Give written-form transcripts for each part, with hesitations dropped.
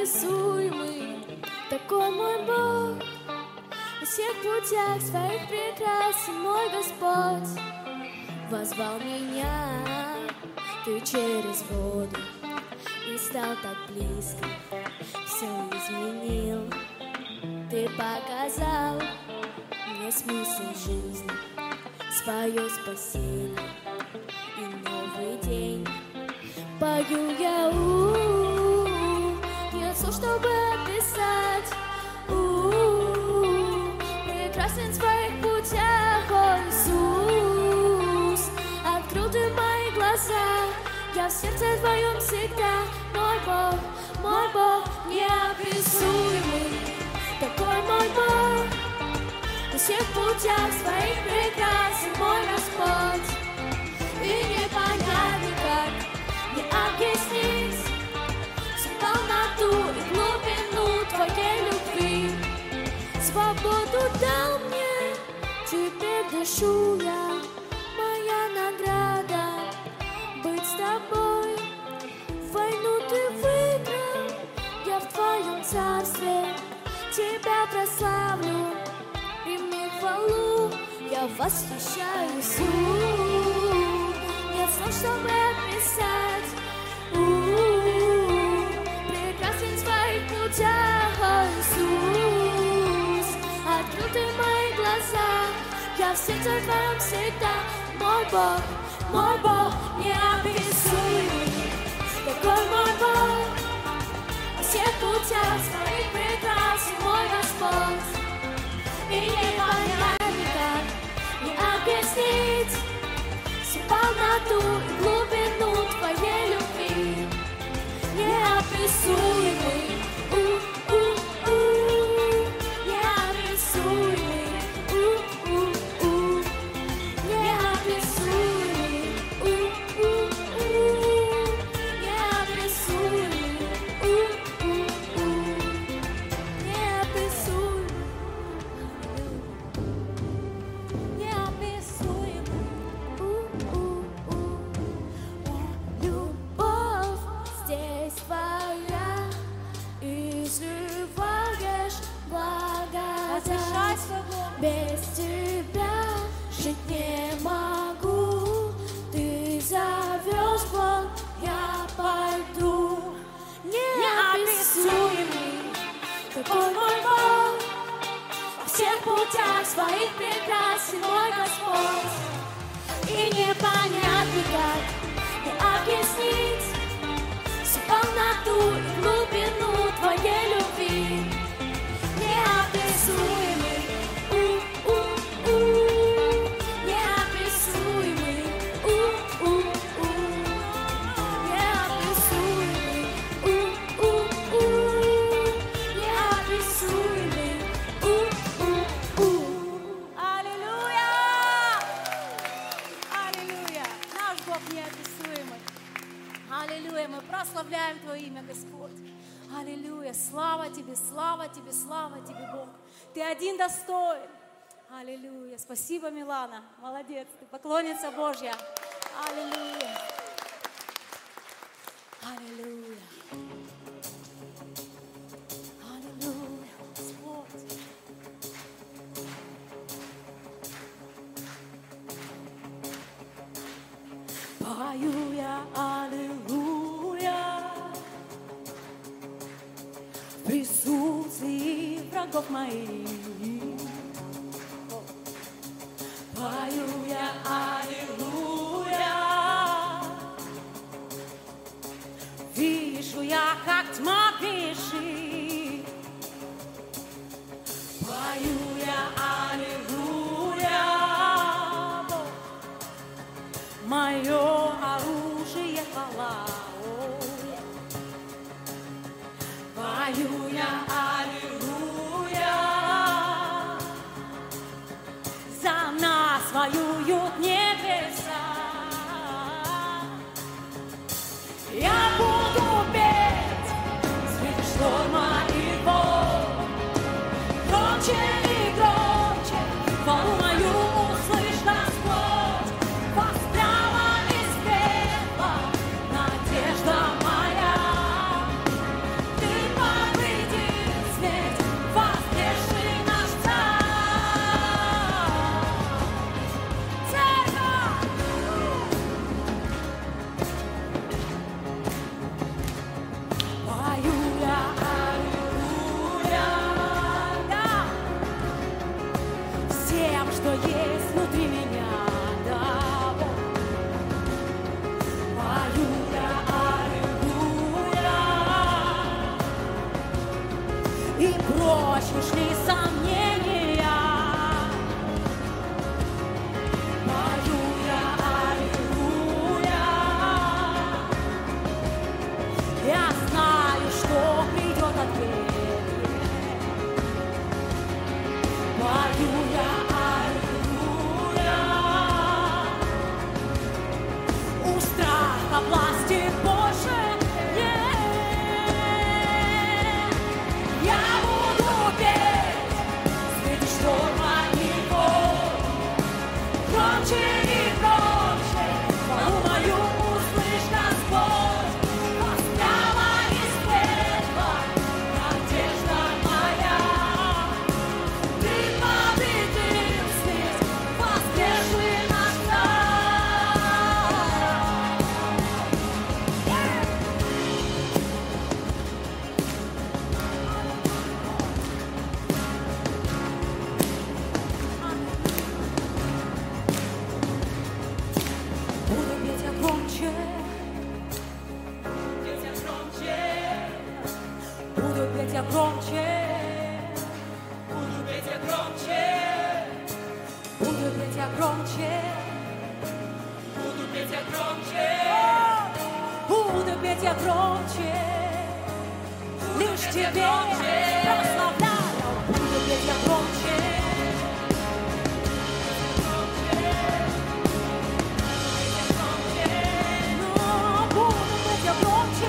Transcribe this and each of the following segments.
неописуемый, такой мой Бог. На всех путях своих прекрасен мой Господь. Возвал меня ты через воду и стал так близко, все изменил. Ты показал мне смысл жизни, свое спасение и новый день. Пою я, нет слов, чтобы описать. Прекрасен в своих путях, о Иисус. Открыл ты мои глаза, я в сердце твоем всегда. Мой Бог неописуемый, такой мой Бог. На всех путях своих прекрасен мой Господь. И непонятно как не объяснить всю полноту и глубину твоей любви. Свободу дал мне, теперь дышу я. Моя награда быть с тобой. Войну ты выиграл, я в твоем царстве. Тебя прославлю, прими хвалу, я восхищаюсь. Нет слов, чтобы описать. Прекрасен в своих путях, о Иисус. Открыл ты мои глаза, я в сердце твоем всегда. Мой Бог неописуемый, такой мой Бог. На всех путях своих прекрасен мой Господь. И не понять никак, не объяснить всю полноту и глубину твоей любви. Неописуемый, неописуемый, неописуемый, любовь здесь твоя, изливаешь благодать. Без тебя жить не могу, ты зовешь, Бог, я пойду. Неописуемый, такой мой Бог. Во всех путях своих прекрасен мой Господь. И непонятно как не объяснить всю полноту и глубину твоей любви. Неописуемый, неописуемый, неописуемый, неописуемый. Аллилуйя! Аллилуйя! Наш Бог неописуемый. Аллилуйя! Мы прославляем Твое имя, Господь. Аллилуйя! Слава Тебе, слава Тебе, слава Тебе, Бог. Ты один достоин. Аллилуйя! Спасибо, Милана. Молодец. Ты поклонница Божья. Аллилуйя! Аллилуйя! Аллилуйя! Господь! Пою я аллилуйя в присутствии врагов моих. Пою я аллилуйя, вижу я, как тьма грешит. Пою я аллилуйя, мое оружие хвала. Пою я аллилуйя, за нас воюют небеса. Я буду петь среди шторма и волн, громче и громче хвалу мою услышь, Господь. Восстала из пепла надежда моя. Ты всем, что есть внутри меня, да, Бог. Пою я аллилуйя, и прочь ушли сомнения. Пою я аллилуйя, я знаю, что придет ответ. Пою я аллилуйя, у страха власти больше нет. Я буду петь среди шторма и волн, громче и громче хвалу мою услышь, Господь. Восстала из пепла надежда моя. Ты победил смерть, воскресший наш царь. Буду петь я громче, буду петь я громче, буду петь я громче, буду петь я громче, буду петь я громче, буду петь я громче, лишь тебе прославляю, буду петь я громче. Но буду петь я громче,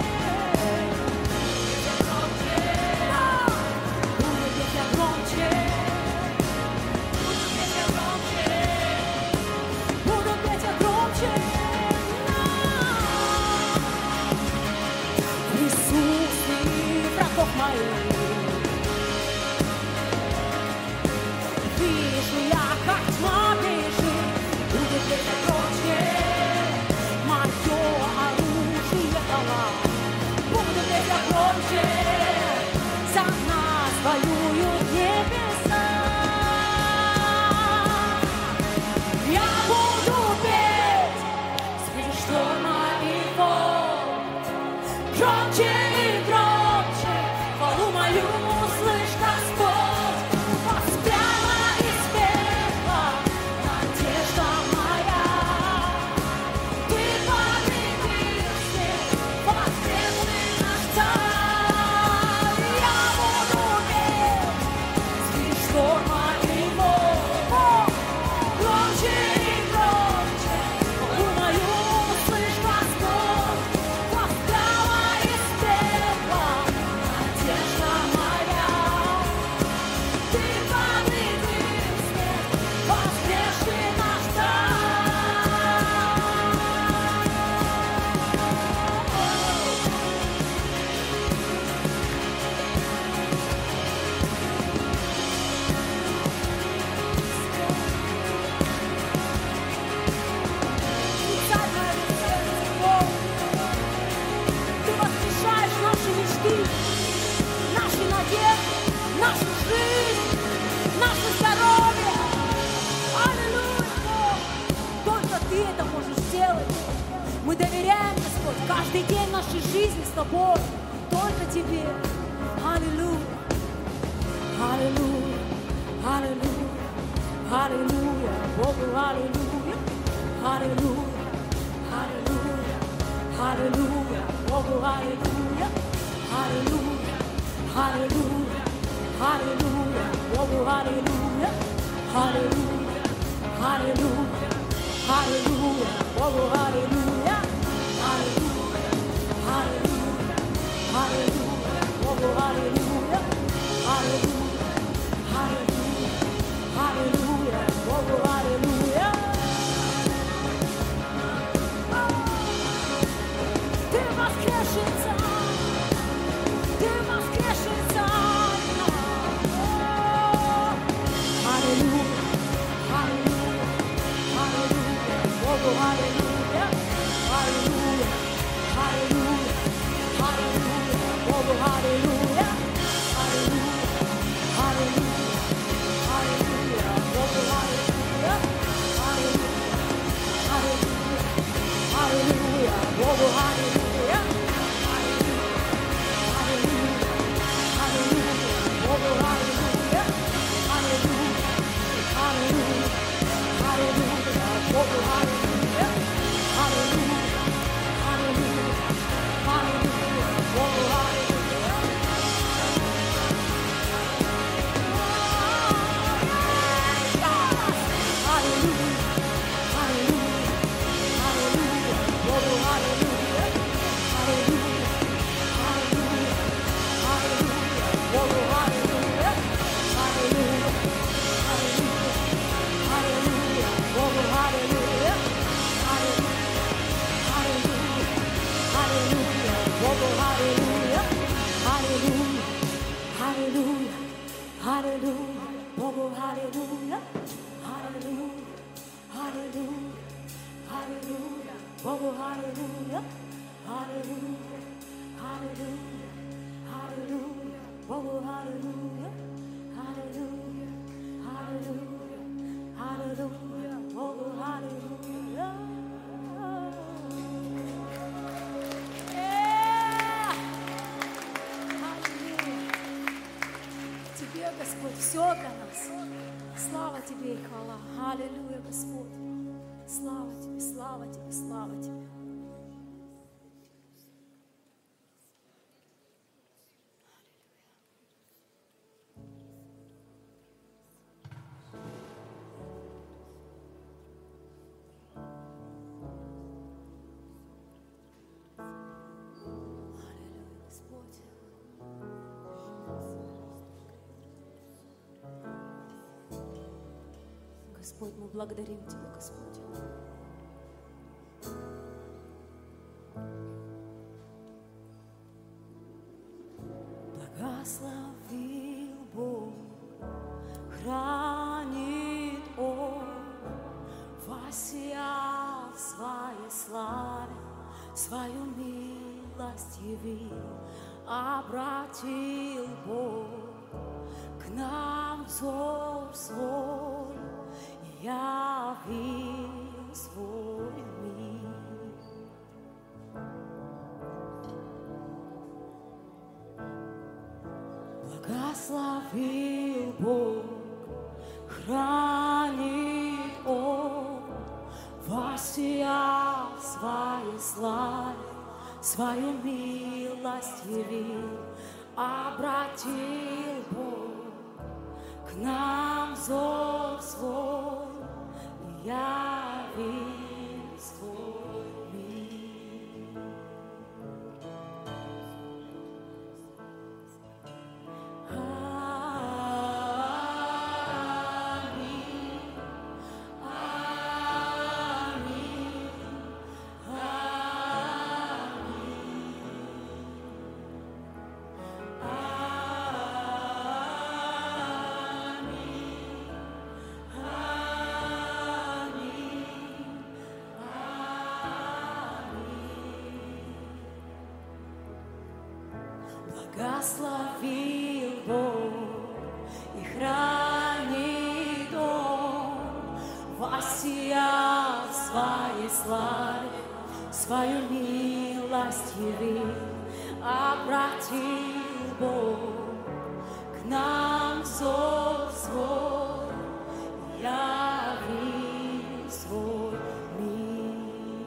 буду петь я громче, буду петь я громче. В присутствии врагов моих вижу я, как тьма бежит. Буду петь я громче, мое оружие дала. Буду петь я громче, за нас воюют небеса. Я буду петь среди шторма и волн, громче и громче хвалу мою услышь, Господь. Воспряла из пепла надежда моя. Ты победил смерть, воскресший наш царь. Я буду петь среди шторма и волн, громче и громче хвалу мою услышь, Господь. Восстала из пепла надежда моя. Ты победил смерть, воскресший наш Ты воскрешаешь наши мечты, наши надежды, нашу жизнь, наше здоровье. Аллилуйя! Только Ты это можешь сделать. Мы доверяем, Господь, каждый день нашей жизни с Тобой. Только Тебе. Аллилуйя! Аллилуйя! Аллилуйя! Аллилуйя! Богу аллилуйя! Аллилуйя! Аллилуйя! Аллилуйя! Богу аллилуйя! Аллилуйя! Аллилуйя! Аллилуйя! Богу аллилуйя! Аллилуйя! Аллилуйя! Аллилуйя! Богу аллилуйя! Аллилуйя! Аллилуйя! Аллилуйя! Богу аллилуйя! Аллилуйя! Аллилуйя! Аллилуйя! Богу аллилуйя! Ты воскресший царь! Ты воскресший царь! Аллилуйя! Аллилуйя! Аллилуйя! Богу аллилуйя! Аллилуйя! Аллилуйя! Аллилуйя! Богу аллилуйя! Аллилуйя! Аллилуйя! Аллилуйя! Богу Hallelujah, hallelujah, hallelujah, oh hallelujah, hallelujah, hallelujah, hallelujah, oh hallelujah. Yeah. Hallelujah. Тебе, Господь, все для нас. Слава Тебе и хвала. Аллилуйя, Господь. Слава Тебе, слава Тебе, слава Тебе. Господь, мы благодарим Тебя, Господь. Благословил Бог, хранит Он, воссиял в своей славе, свою милость явил, обратил Бог к нам взор свой, явил свой мир. Благословил Бог, хранит Он, воссиял в своей славе, свою милость явил, обратил Бог к нам взор свой, явил свой мир. Аминь, благословил Бог и хранит Он, воссиял в своей славе, свою милость явил, обратил Бог к нам взор свой, явил свой мир.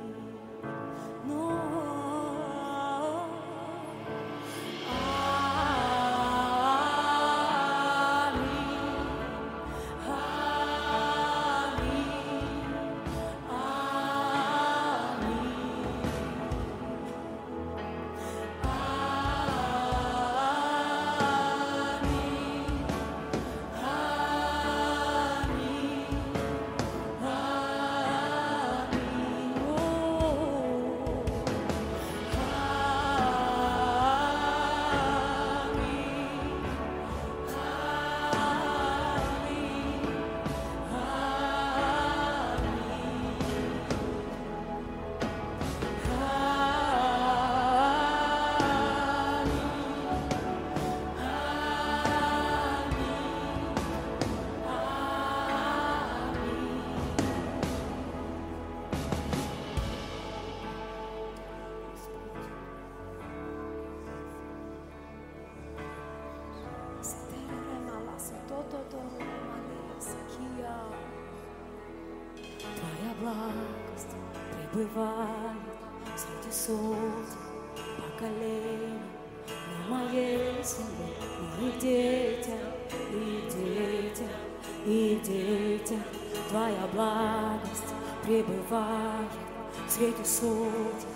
Твоя благость пребывает среди сотен поколений на моей земле, моих детях, и детях, и детях. Твоя благость пребывает среди сотен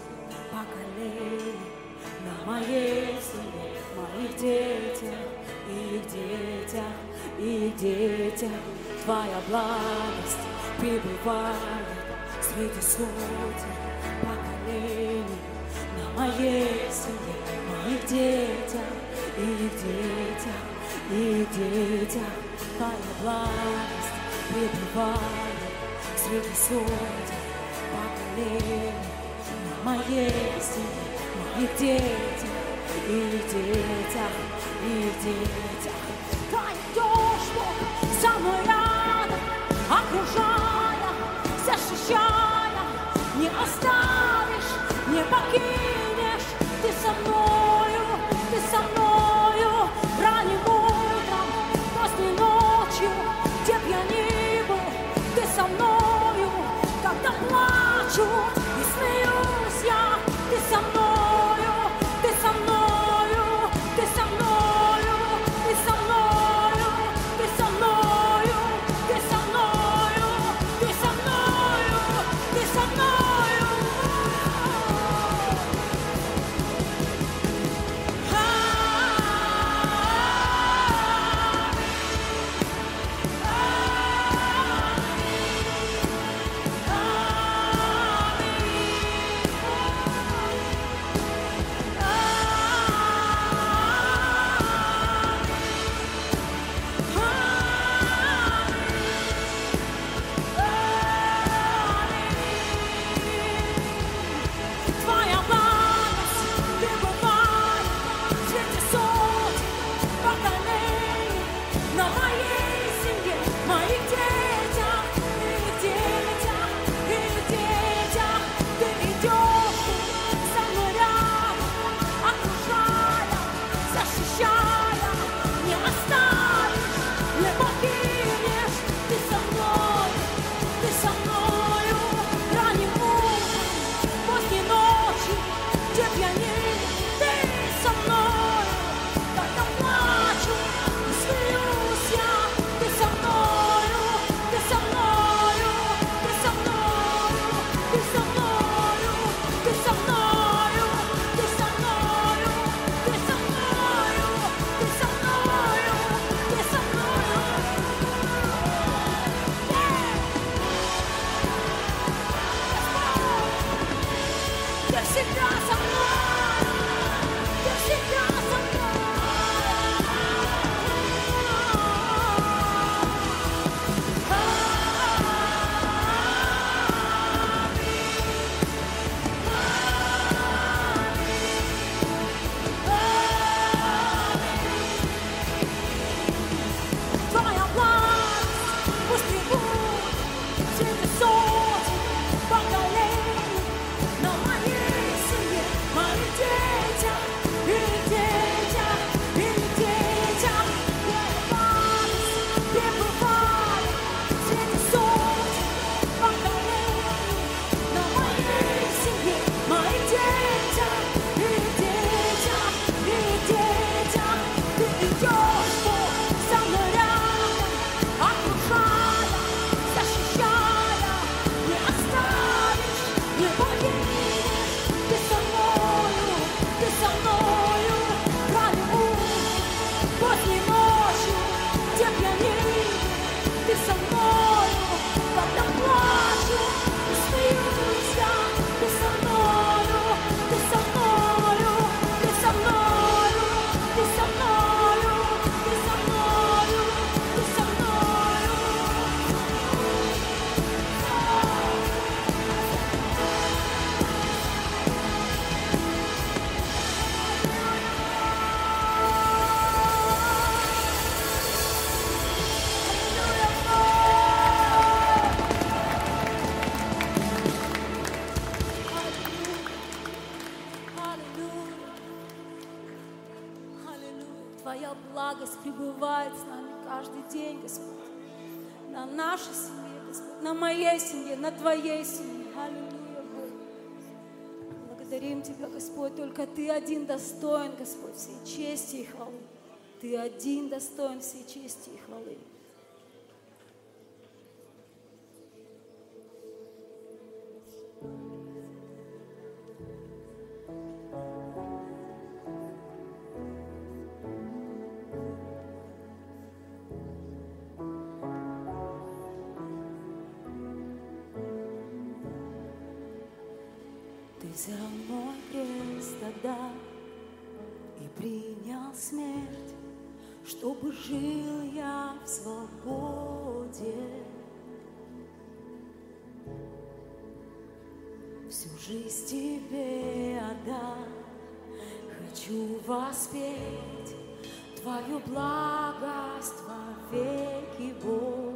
поколений на моей земле, моих детях, и детях, и детях. Твоя благость пребывает среди сотен поколений на моей земле, моих детях, и детях, и детях. Твоя благость пребывает среди сотен поколений на моей семье, моих детях и детях, и детях. Ты идешь, Бог, со мной рядом, окружая, защищая, не оставишь, не покинешь. Ты со мною, ранним утром, поздней ночью, где б я ни был, ты со мною, когда плачу и смеюсь я, ты со мною, ты со мною, ты со мною, ты со мною, ты со мною, ты со мною, ты со мною, ты со мною. Твоя благость пребывает в свете сотен поколений на моей семье, моих детях, и детях, и детях. Ты идешь со мной рядом, окружая, защищая, не оставишь, не покинешь. Ты со мною, ранним утром, поздней ночью, где б я ни был, ты со мною, когда плачу и смеюсь я, ты со мною, ты со мною, ты со мною, ты со мною, ты со мною, ты со мною, ты со мною, ты со мною, ты со мною. Ты всегда со мной, ты всегда со мной. Твоя власть пусть прибудет в свете сотен поколений на моей семье, моих детях и детях, и детях. Твоя власть пребывает в свете сотен поколений на моей семье, моих детях и детях, и детях. Ты идешь, Бог, со мной рядом, окружая, защищая, не оставишь, не покинешь. Ты со мною, ранним утром, поздней ночью, где б я ни был, ты со мною, когда плачу и смеюсь я, ты со мною, ты со мною, ты со мною, ты со мною, ты со мною, ты со мною. Аллилуйя. Аллилуйя. Твоя благость пребывает с нами каждый день, Господь. На нашей семье, Господь, на моей семье, на Твоей семье. Аллилуйя, Бог. Благодарим Тебя, Господь, только Ты один достоин, Господь, всей чести и хвалы. Ты один достоин всей чести и хвалы. Ты взял мой крест тогда и принял смерть, чтобы жил я в свободе. Всю жизнь тебе отдам, хочу воспеть Твою благость во веки, Бог.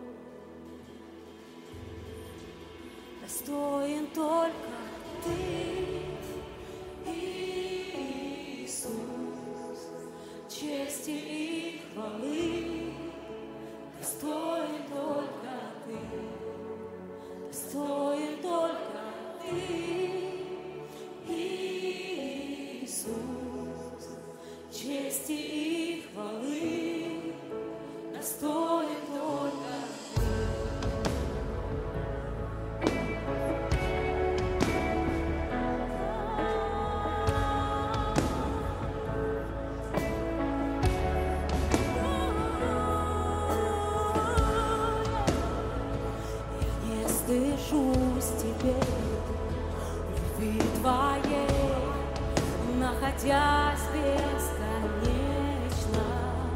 Достоин только Ты, Иисус, чести и хвалы. Достоин только Ты, достоин только Ты, Иисус, чести и хвалы. Достоин только стыжусь Тебе, любви Твоей, находясь бесконечно.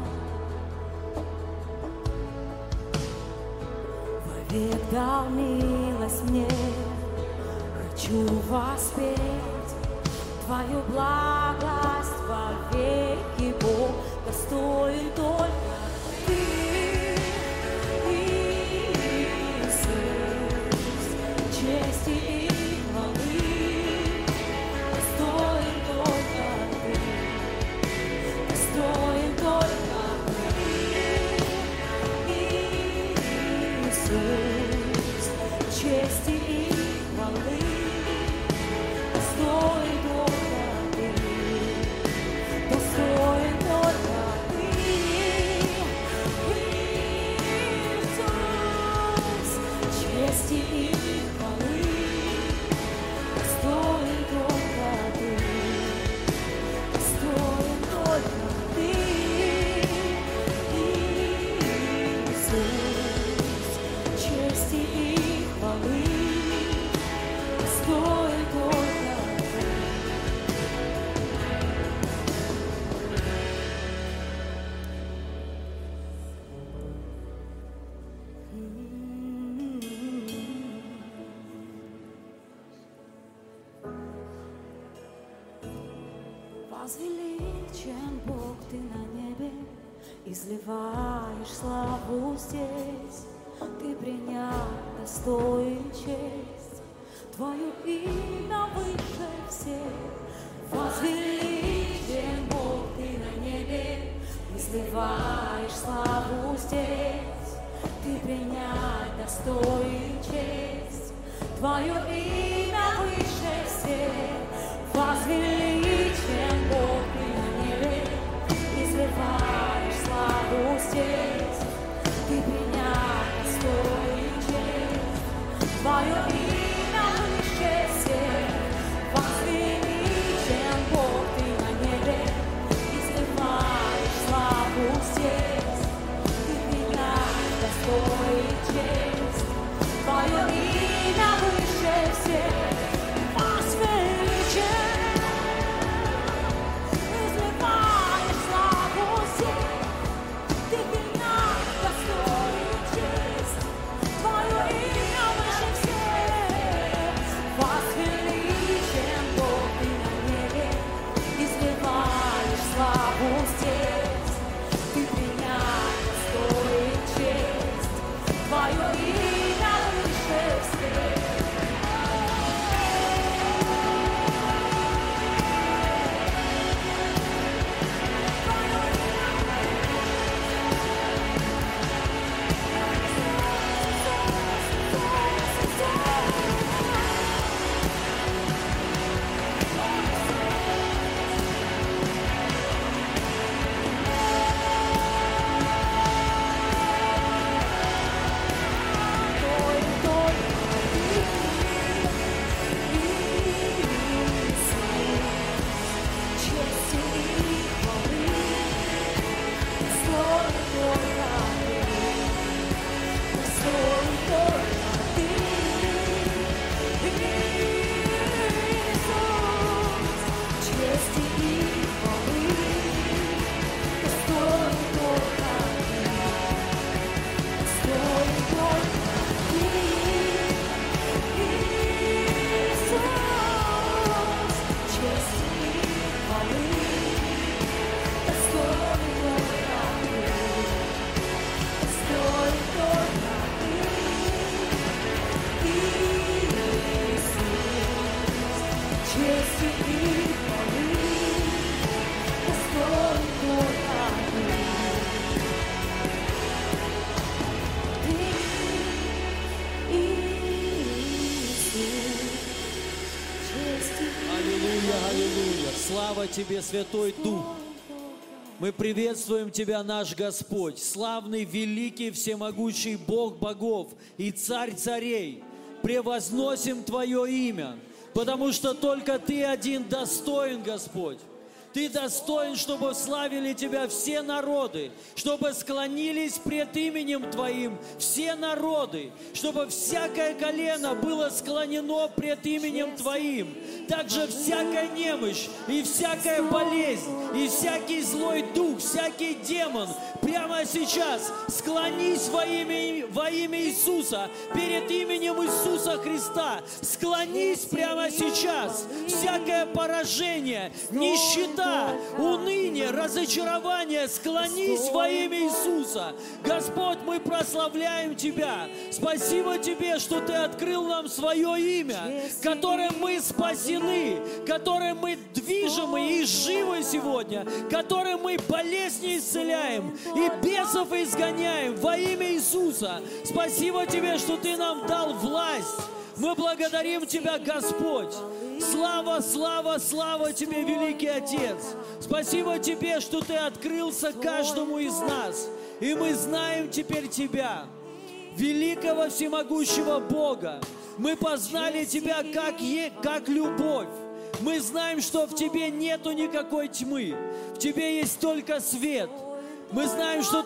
Вовек дал милость мне, хочу воспеть Твою благость во веки, Бог. Достоин только Ты, чести и хвалы. Достоин только Ты, достоин только Ты, Иисус, чести и хвалы. Достоин только Ты, достоин только Ты, Иисус, чести и возвеличен Бог Ты на небе, изливаешь славу здесь. Ты принять достоин честь, Твое имя выше всех. Возвеличен Бог Ты на небе, изливаешь славу здесь. Ты принять достоин честь, Твое имя выше всех. Возвеличен Бог Ты на небе, изливаешь славу здесь. Ты принять достоин честь, Твое имя выше всех. Возвеличен Бог Ты на небе, изливаешь славу здесь. Ты принять достоин честь, Твое имя выше всех. слава Тебе, Святой Дух. Мы приветствуем Тебя, наш Господь, славный, великий, всемогущий Бог богов и Царь царей. Превозносим Твое имя, потому что только Ты один достоин, Господь. Ты достоин, чтобы славили Тебя все народы, чтобы склонились пред именем Твоим все народы, чтобы всякое колено было склонено пред именем Твоим. Также всякая немощь и всякая болезнь, и всякий злой дух, всякий демон прямо сейчас склонись во имя Иисуса, перед именем Иисуса Христа. Склонись прямо сейчас. Всякое поражение, нищета, уныние, разочарование, склонись во имя Иисуса. Господь, мы прославляем Тебя. Спасибо Тебе, что Ты открыл нам свое имя, которым мы спасены, которым мы движимы и живы сегодня, которым мы болезни исцеляем и бесов изгоняем во имя Иисуса. Спасибо Тебе, что Ты нам дал власть. Мы благодарим Тебя, Господь. Слава, слава, слава Тебе, великий Отец. Спасибо Тебе, что Ты открылся каждому из нас. И мы знаем теперь Тебя, великого всемогущего Бога. Мы познали Тебя как любовь. Мы знаем, что в Тебе нету никакой тьмы. В Тебе есть только свет. Мы знаем, что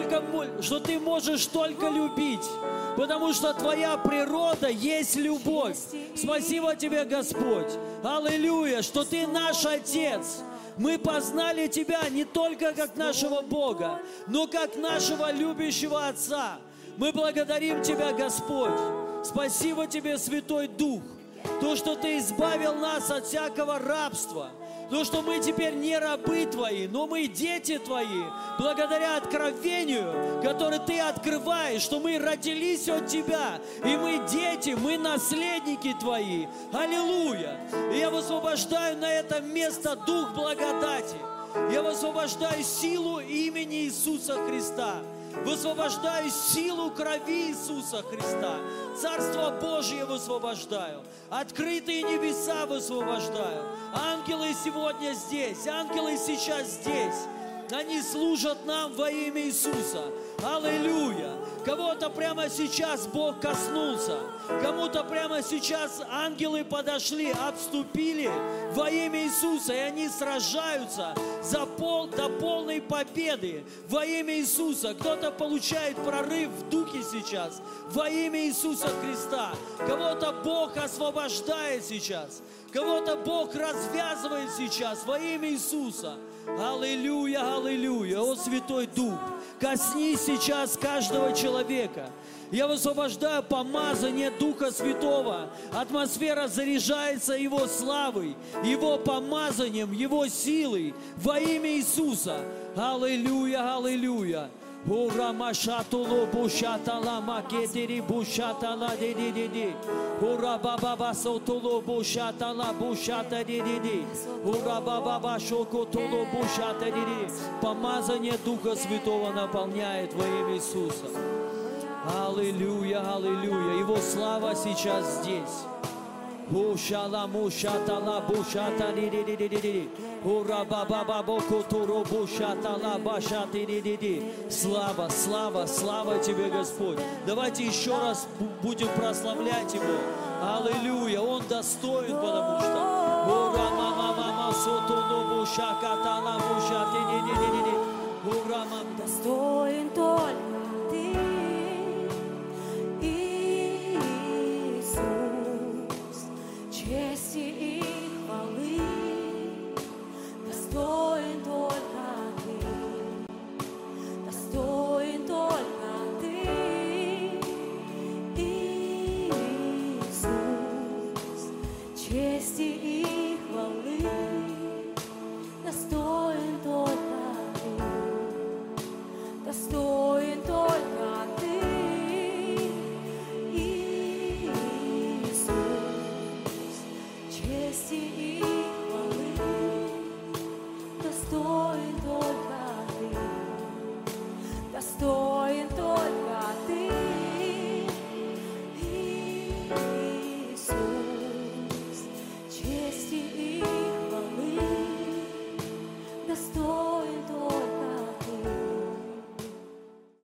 Ты можешь только любить, потому что Твоя природа есть любовь. Спасибо Тебе, Господь. Аллилуйя, что Ты наш Отец. Мы познали Тебя не только как нашего Бога, но как нашего любящего Отца. Мы благодарим Тебя, Господь. Спасибо Тебе, Святой Дух. То, что Ты избавил нас от всякого рабства. То, что мы теперь не рабы Твои, но мы дети Твои, благодаря откровению, которое Ты открываешь, что мы родились от Тебя, и мы дети, мы наследники Твои. Аллилуйя! И я высвобождаю на это место Дух благодати. Я высвобождаю силу имени Иисуса Христа. Высвобождаю силу крови Иисуса Христа. Царство Божье высвобождаю. Открытые небеса высвобождаю. Ангелы сегодня здесь. Ангелы сейчас здесь. Они служат нам во имя Иисуса. Аллилуйя! Кого-то прямо сейчас Бог коснулся. Кому-то прямо сейчас ангелы подошли, обступили во имя Иисуса. И они сражаются до полной победы во имя Иисуса. Кто-то получает прорыв в духе сейчас во имя Иисуса Христа. Кого-то Бог освобождает сейчас. Кого-то Бог развязывает сейчас во имя Иисуса. Аллилуйя, аллилуйя. О, Святой Дух, коснись сейчас каждого человека. Я высвобождаю помазание Духа Святого. Атмосфера заряжается Его славой, Его помазанием, Его силой во имя Иисуса. Аллилуйя, аллилуйя. Ура машатуло бушатала макетери бушатала ди-ди-ди-ди. Ура баба сотуло бушатала бушата ди-ди-ди. Ура баба шокотуло бушата ди-ди. Помазание Духа Святого наполняет во имя Иисуса. Аллилуйя, аллилуйя. Его слава сейчас здесь. Бушала мушатала бушата ди-ди-ди-ди-ди. Ура баба бокотуро бушатала башата ди-ди-ди. Слава, слава, слава Тебе, Господь. Давайте еще раз будем прославлять Его. Аллилуйя. Он достоин, потому что ура мама сотуло бушакатала бушата ди-ди-ди-ди. Ура мама. Достоин только Ты, Иисус, чести и хвалы. Достоин только Ты, достоин только Ты, Иисус, чести и хвалы. Достоин только Ты, достоин только Ты, Иисус, чести и